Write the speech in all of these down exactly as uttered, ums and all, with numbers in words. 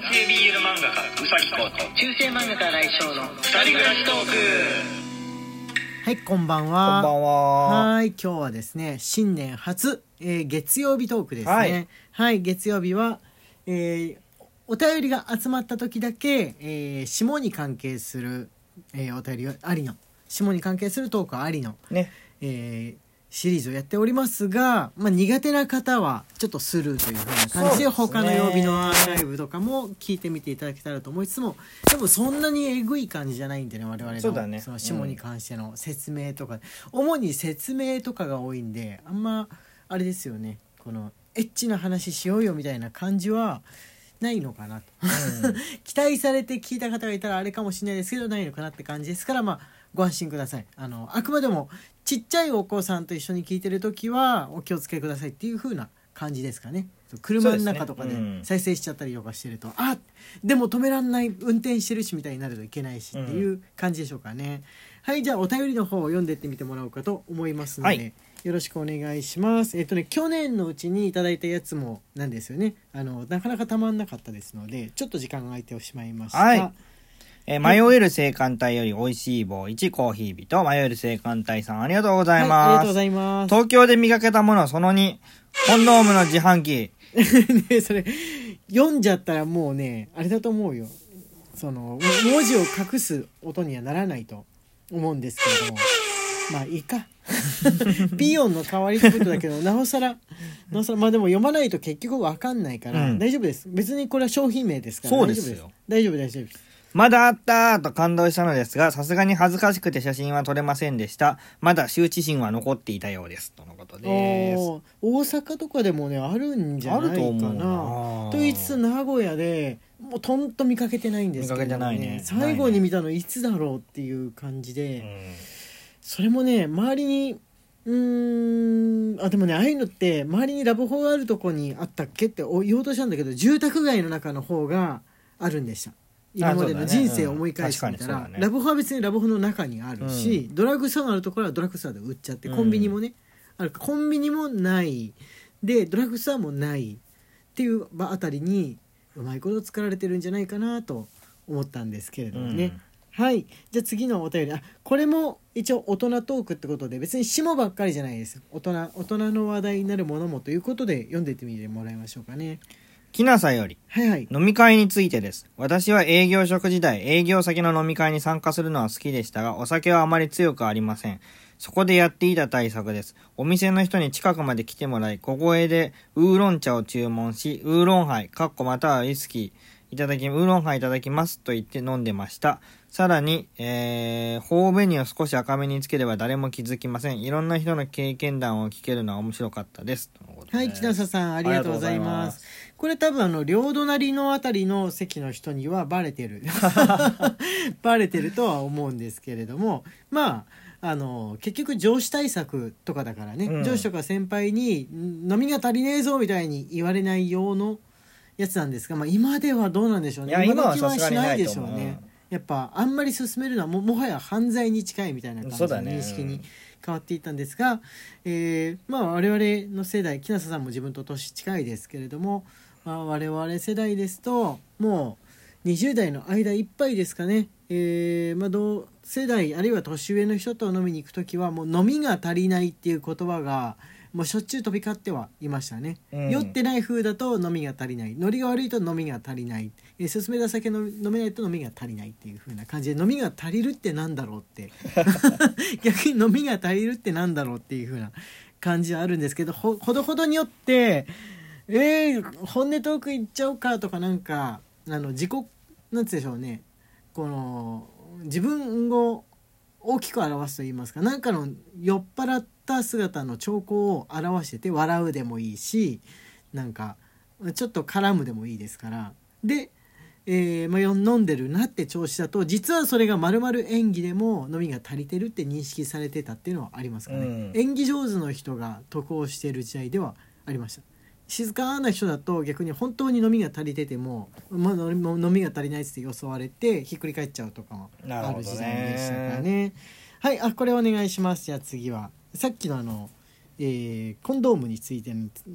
性 ビーエル 漫画家うさぎこと中世漫画家来翔のふたり暮らしトーク。 はい、こんばんは。 こんばんは。 はい、今日はですね、新年初、えー、月曜日トークですね。 はい、 はい、月曜日は、えー、お便りが集まった時だけ、えー、下に関係する、えー、お便りありの、下に関係するトークありの、 ね、 えーシリーズをやっておりますが、まあ、苦手な方はちょっとスルーという風な感じで、他の曜日のアーカイブとかも聞いてみていただけたらと思いつつも、でもそんなにえぐい感じじゃないんでね、我々のそうだね、 その下に関しての説明とか、うん、主に説明とかが多いんで、あんまあれですよね、このエッチな話しようよみたいな感じはないのかなと、うん、期待されて聞いた方がいたらあれかもしれないですけど、ないのかなって感じですから、まあご安心ください。あのあくまでもちっちゃいお子さんと一緒に聞いてるときはお気をつけくださいっていう風な感じですかね。車の中とかで再生しちゃったりとかしてると、ね、うん、あでも止めらんない、運転してるしみたいになるといけないしっていう感じでしょうかね、うん、はい、じゃあお便りの方を読んでってみてもらおうかと思いますので、はい、よろしくお願いします。えっとね去年のうちにいただいたやつもなんですよね。あのなかなかたまんなかったですので、ちょっと時間が空いてしまいました。 はい、えー、迷える青函隊より美味しい棒いちコーヒー人、迷える青函隊さんありがとうございます、はい、 ありがとうございます。 東京で見かけたものそのに、コンドームの自販機ね、それ読んじゃったらもうねあれだと思うよ、その文字を隠す音にはならないと思うんですけれども、まあいいかピヨンの代わりってことだけど、なおさらなおさらまあでも読まないと結局分かんないから、うん、大丈夫です。別にこれは商品名ですから、 そうですよ、 大丈夫です、大丈夫です。 まだあったーと感動したのですが、さすがに恥ずかしくて写真は撮れませんでした。まだ羞恥心は残っていたようですとのことです。 大阪とかでもねあるんじゃないかな。あると思うな。と言いつつ名古屋でもうとんと見かけてないんですけど、ね、 見かけてないね。 最後に見たのいつだろうっていう感じで、うん、それもね周りにうーんあでもねああいうのって周りにラブホがあるとこにあったっけって言おうとしたんだけど、住宅街の中の方があるんでした。今までの人生を思い返してみたら、ねうんね、ラブホは別にラブホの中にあるし、うん、ドラッグストアがあるところはドラッグストアで売っちゃって、コンビニもね、うん、あるコンビニもないでドラッグストアもないっていうあたりにうまいこと作られてるんじゃないかなと思ったんですけれどもね、うん、はい。じゃあ次のお便り、あこれも一応大人トークってことで、別に下ばっかりじゃないです。大人大人の話題になるものもということで読んでいってみてもらいましょうかね。 きなさより、 はいはい、 飲み会についてです。私は営業職時代、営業先の飲み会に参加するのは好きでしたが、お酒はあまり強くありません。そこでやっていた対策です。お店の人に近くまで来てもらい、小声でウーロン茶を注文し、ウーロンハイ、かっこまたはウイスキー、いただき、ウーロンハイいただきますと言って飲んでました。さらに、えー、頬紅を少し赤めにつければ誰も気づきません。いろんな人の経験談を聞けるのは面白かったです。 はい、木下さんありがとうございます。これ多分あの両隣のあたりの席の人にはバレてるバレてるとは思うんですけれども、まああの結局上司対策とかだからね、うん、上司とか先輩に飲みが足りねえぞみたいに言われない用のやつなんですが、まあ、今ではどうなんでしょうね。今時はしないでしょうね。やっぱあんまり進めるのは も, もはや犯罪に近いみたいな感じの認識に変わっていったんですが、えーまあ、我々の世代、木下さんも自分と年近いですけれども、まあ、我々世代ですともうにじゅう代の間いっぱいですかね、えーまあ、同世代あるいは年上の人と飲みに行くときはもう飲みが足りないっていう言葉がもうしょっちゅう飛び交ってはいましたね、うん、酔ってない風だと飲みが足りない、ノリが悪いと飲みが足りない、えー、進めた酒の飲めないと飲みが足りないっていう風な感じで、飲みが足りるってなんだろうって逆に飲みが足りるってなんだろうっていう風な感じはあるんですけど、 ほ, ほどほどによってえー、本音トークいっちゃおうかとか、なんかあの自己なんつうでしょうね、この自分を大きく表すと言いますか、なんかの酔っ払った姿の兆候を表してて、笑うでもいいし、なんかちょっと絡むでもいいですから、で、えーまあ、飲んでるなって調子だと、実はそれが丸々演技でも飲みが足りてるって認識されてたっていうのはありますかね、うん、演技上手の人が得をしている時代ではありました。静かな人だと逆に本当に飲みが足りてても、まあ、飲みが足りないって襲われてひっくり返っちゃうとかもある時代でしたからね。はい、あこれお願いします。じゃあ次はさっきのあの、えー、コンドームについての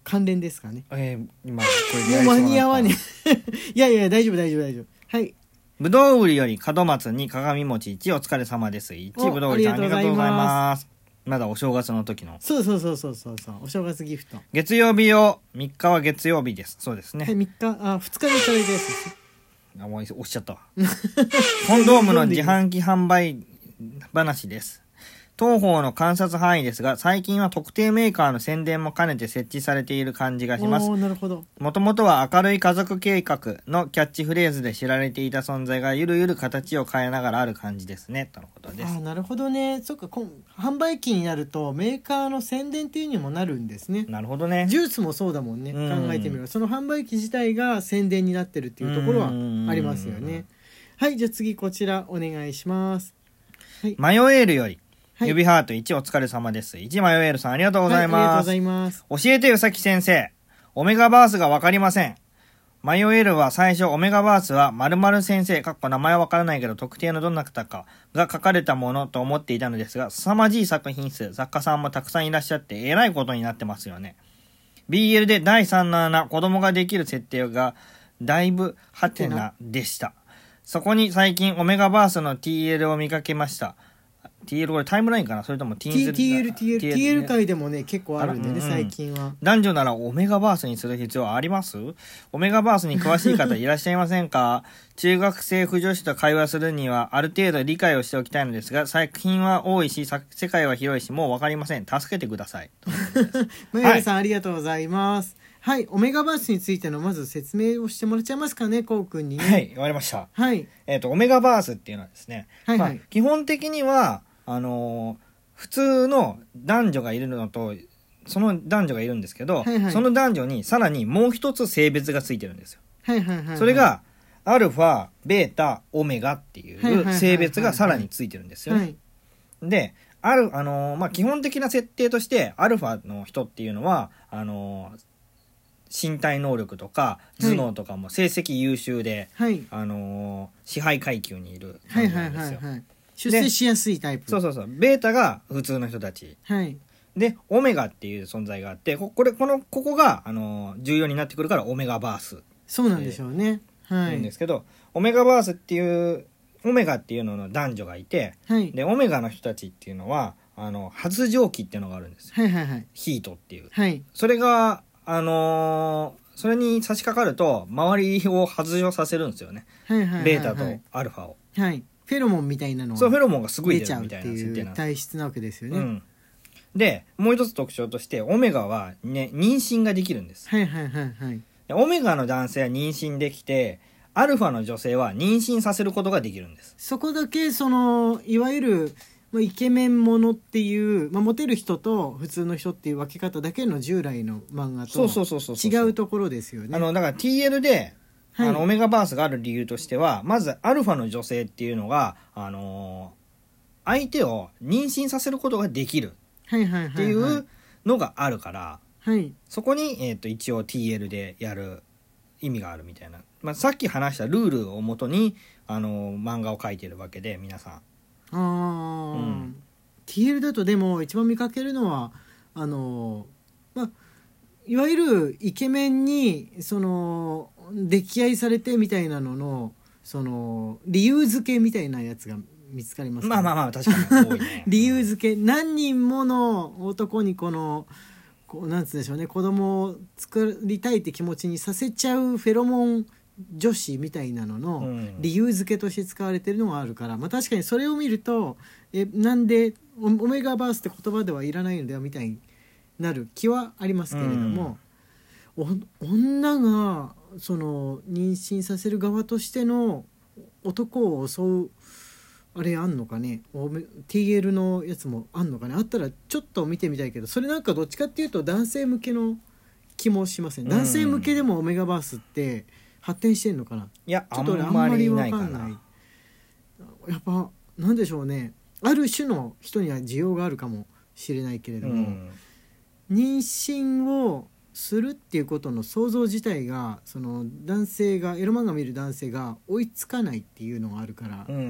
関連ですかね。 えー、今これでもう間に合わねえいやいや大丈夫大丈夫大丈夫。はい。 ぶどう売りより門松に鏡餅いちお疲れ様です。いちぶどう売りさんありがとうございます。まだお正月の時の。 そうそうそうそうそうそうお正月ギフト。 月曜日をみっかは月曜日です。そうですね。 はい、みっかあふつかでいただいたやつです。 あもう押しちゃったわ。コンドームの自販機販売話です。当方の観察範囲ですが、最近は特定メーカーの宣伝も兼ねて設置されている感じがします。 おー、なるほど。 もともとは明るい家族計画のキャッチフレーズで知られていた存在がゆるゆる形を変えながらある感じですね、とのことです。 あ、なるほどね。そっか、こ販売機になるとメーカーの宣伝っていうにもなるんですね。 なるほどね。 ジュースもそうだもんね。 うん、 考えてみればその販売機自体が宣伝になってるっていうところはありますよね。はい、じゃあ次こちらお願いします。はい、 マヨエールよりはい、 指ハートいちお疲れ様です。いちマヨエールさんありがとうございます。 はい、ありがとうございます。 教えてよさき先生。オメガバースがわかりません。マヨエールは最初オメガバースは〇〇先生、かっこ名前はわからないけど特定のどんな方かが書かれたものと思っていたのですが、凄まじい作品数、作家さんもたくさんいらっしゃってえらいことになってますよね。ビーエル でだいさんの穴、子供ができる設定がだいぶハテナでした。そこに最近オメガバースの ティーエル を見かけました。ティーエル これタイムラインかな、それとも ティーエルティーエル ティーエル ティーエル 界でもね結構あるんでね、 うん、 最近は。 男女ならオメガバースにする必要あります？オメガバースに詳しい方いらっしゃいませんか？中学生婦女子と会話するにはある程度理解をしておきたいのですが、作品は多いし世界は広いしもう分かりません。助けてください。 マヤルさん、はい、ありがとうございます。はい、オメガバースについてのまず説明をしてもらっちゃいますかね、こうくんに、ね。 はい、わかりました。 はい。 えっと、オメガバースっていうのはですね、 はいはい、 まあ、基本的には、あのー、普通の男女がいるのと、その男女がいるんですけど、はいはい、その男女にさらにもう一つ性別がついてるんですよ。 はいはいはいはい、 それが、アルファ、ベータ、オメガっていう性別がさらについてるんですよね。はい、で、ある、あのー、まあ、基本的な設定として、アルファの人っていうのは、あのー、身体能力とか頭脳とかも成績優秀で、はい、あのー、支配階級にいる感じなんですよ。 はいはいはいはい、出世しやすいタイプ。 そうそうそう。ベータが普通の人たち。 はい、 で、オメガっていう存在があって、ここれこのここがあのー、重要になってくるからオメガバース。 そうなんでしょうね。はい。 言うんですけど、オメガバースっていうオメガっていうのの男女がいて、はい、でオメガの人たちっていうのはあの発情期っていうのがあるんですよ。 はいはいはい。 ヒートっていう。 はい。 それがあのー、それに差し掛かると周りを発情させるんですよね、 はいはいはいはい、 ベータとアルファを。 はい、フェロモンみたいなのがそうフェロモンがすごい出るみたいな設定なんです。いう体質なわけですよね、 うん、でもう一つ特徴としてオメガは、ね、妊娠ができるんです。 はいはいはいはい。 オメガの男性は妊娠できて、アルファの女性は妊娠させることができるんです。 そこだけそのいわゆるイケメンものっていう、まあ、モテる人と普通の人っていう分け方だけの従来の漫画と違うところですよね。 あのだから ティーエル で、はい、あのオメガバースがある理由としては、まずアルファの女性っていうのが、あのー、相手を妊娠させることができるっていうのがあるから、 はい、 そこに、えーと、一応 ティーエル でやる意味があるみたいな、まあ、さっき話したルールをもとに、あのー、漫画を描いてるわけで皆さん。 あ、うん、ティーエル だとでも一番見かけるのはあの、まあ、いわゆるイケメンにその溺愛されてみたいなののその理由付けみたいなやつが見つかります、ね、 まあまあまあ確かに多いね理由付け、何人もの男にこのこうなんつうんでしょうね、子供を作りたいって気持ちにさせちゃうフェロモン女子みたいなのの理由付けとして使われてるのがあるから、まあ、確かにそれを見るとえなんでオメガバースって言葉ではいらないのではみたいになる気はありますけれども、うん、女がその妊娠させる側としての男を襲うあれあんのかね、 ティーエル のやつもあんのかね、あったらちょっと見てみたいけど、それなんかどっちかっていうと男性向けの気もしません。男性向けでもオメガバースって発展してんのかな。 いや、 ちょっと俺あんまり分かんない。やっぱなんでしょうね、ある種の人には需要があるかもしれないけれども、うん、妊娠をするっていうことの想像自体がその男性がエロ漫画見る男性が追いつかないっていうのがあるから、うん、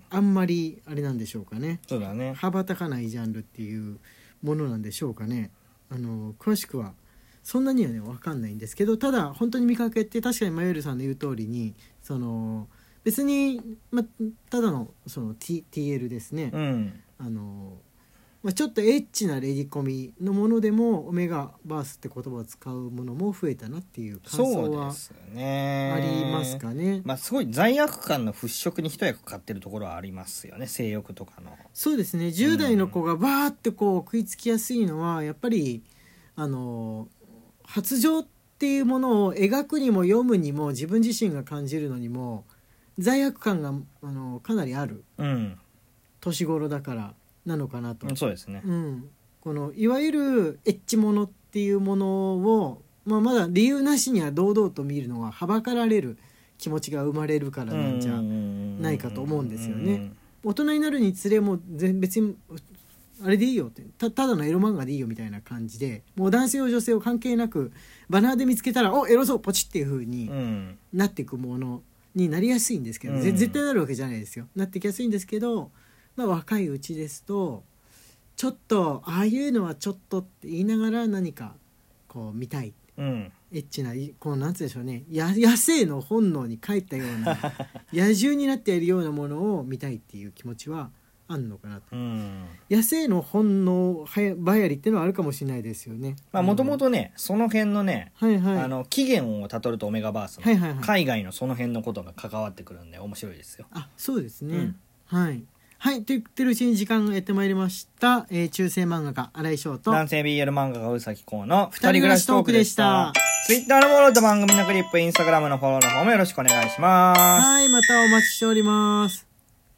あんまりあれなんでしょうかね。 そうだね、 羽ばたかないジャンルっていうものなんでしょうかね。あの詳しくはそんなにはね分かんないんですけど、ただ本当に見かけて確かにマヨルさんの言う通りにその別に、ま、ただのその T、ティーエル ですね、 うん、 あのまあ、ちょっとエッチなレディコミのものでもオメガバースって言葉を使うものも増えたなっていう感想はありますかね。 まあ、すごい罪悪感の払拭に一役買ってるところはありますよね、性欲とかの。 そうですね、じゅう代の子がバーってこう食いつきやすいのはやっぱりあの発情っていうものを描くにも読むにも自分自身が感じるのにも罪悪感があのかなりある年頃だからなのかなと、 うん、そうですね、 うん、このいわゆるエッチものっていうものを、まあ、まだ理由なしには堂々と見るのははばかられる気持ちが生まれるからなんじゃないかと思うんですよね。大人になるにつれも別にあれでいいよって た, ただのエロ漫画でいいよみたいな感じで、もう男性を女性を関係なくバナーで見つけたらおエロそうポチっていう風になっていくものになりやすいんですけど、うん、絶対なるわけじゃないですよ。なってきやすいんですけど、まあ、若いうちですとちょっとああいうのはちょっとって言いながら何かこう見たい、 うん、 エッチなこうなんつうんでしょうね、や野生の本能に帰ったような野獣になっているようなものを見たいっていう気持ちはあんのかなと、うん、野生の本能はやばやりっていうのはあるかもしれないですよね。 もともとねその辺のね、 はいはい、 あの起源をたどるとオメガバースの、はいはいはい、海外のその辺のことが関わってくるんで面白いですよ。 あ、そうですね、うん、はいはい、と言ってるうちに時間がやってまいりました、えー、中世漫画家新井翔と男性 ビーエル 漫画家宇崎公のふたり暮らしトークでした。ツイッターのフォローと番組のクリップ、インスタグラムのフォローの方もよろしくお願いします。 はい、またお待ちしております。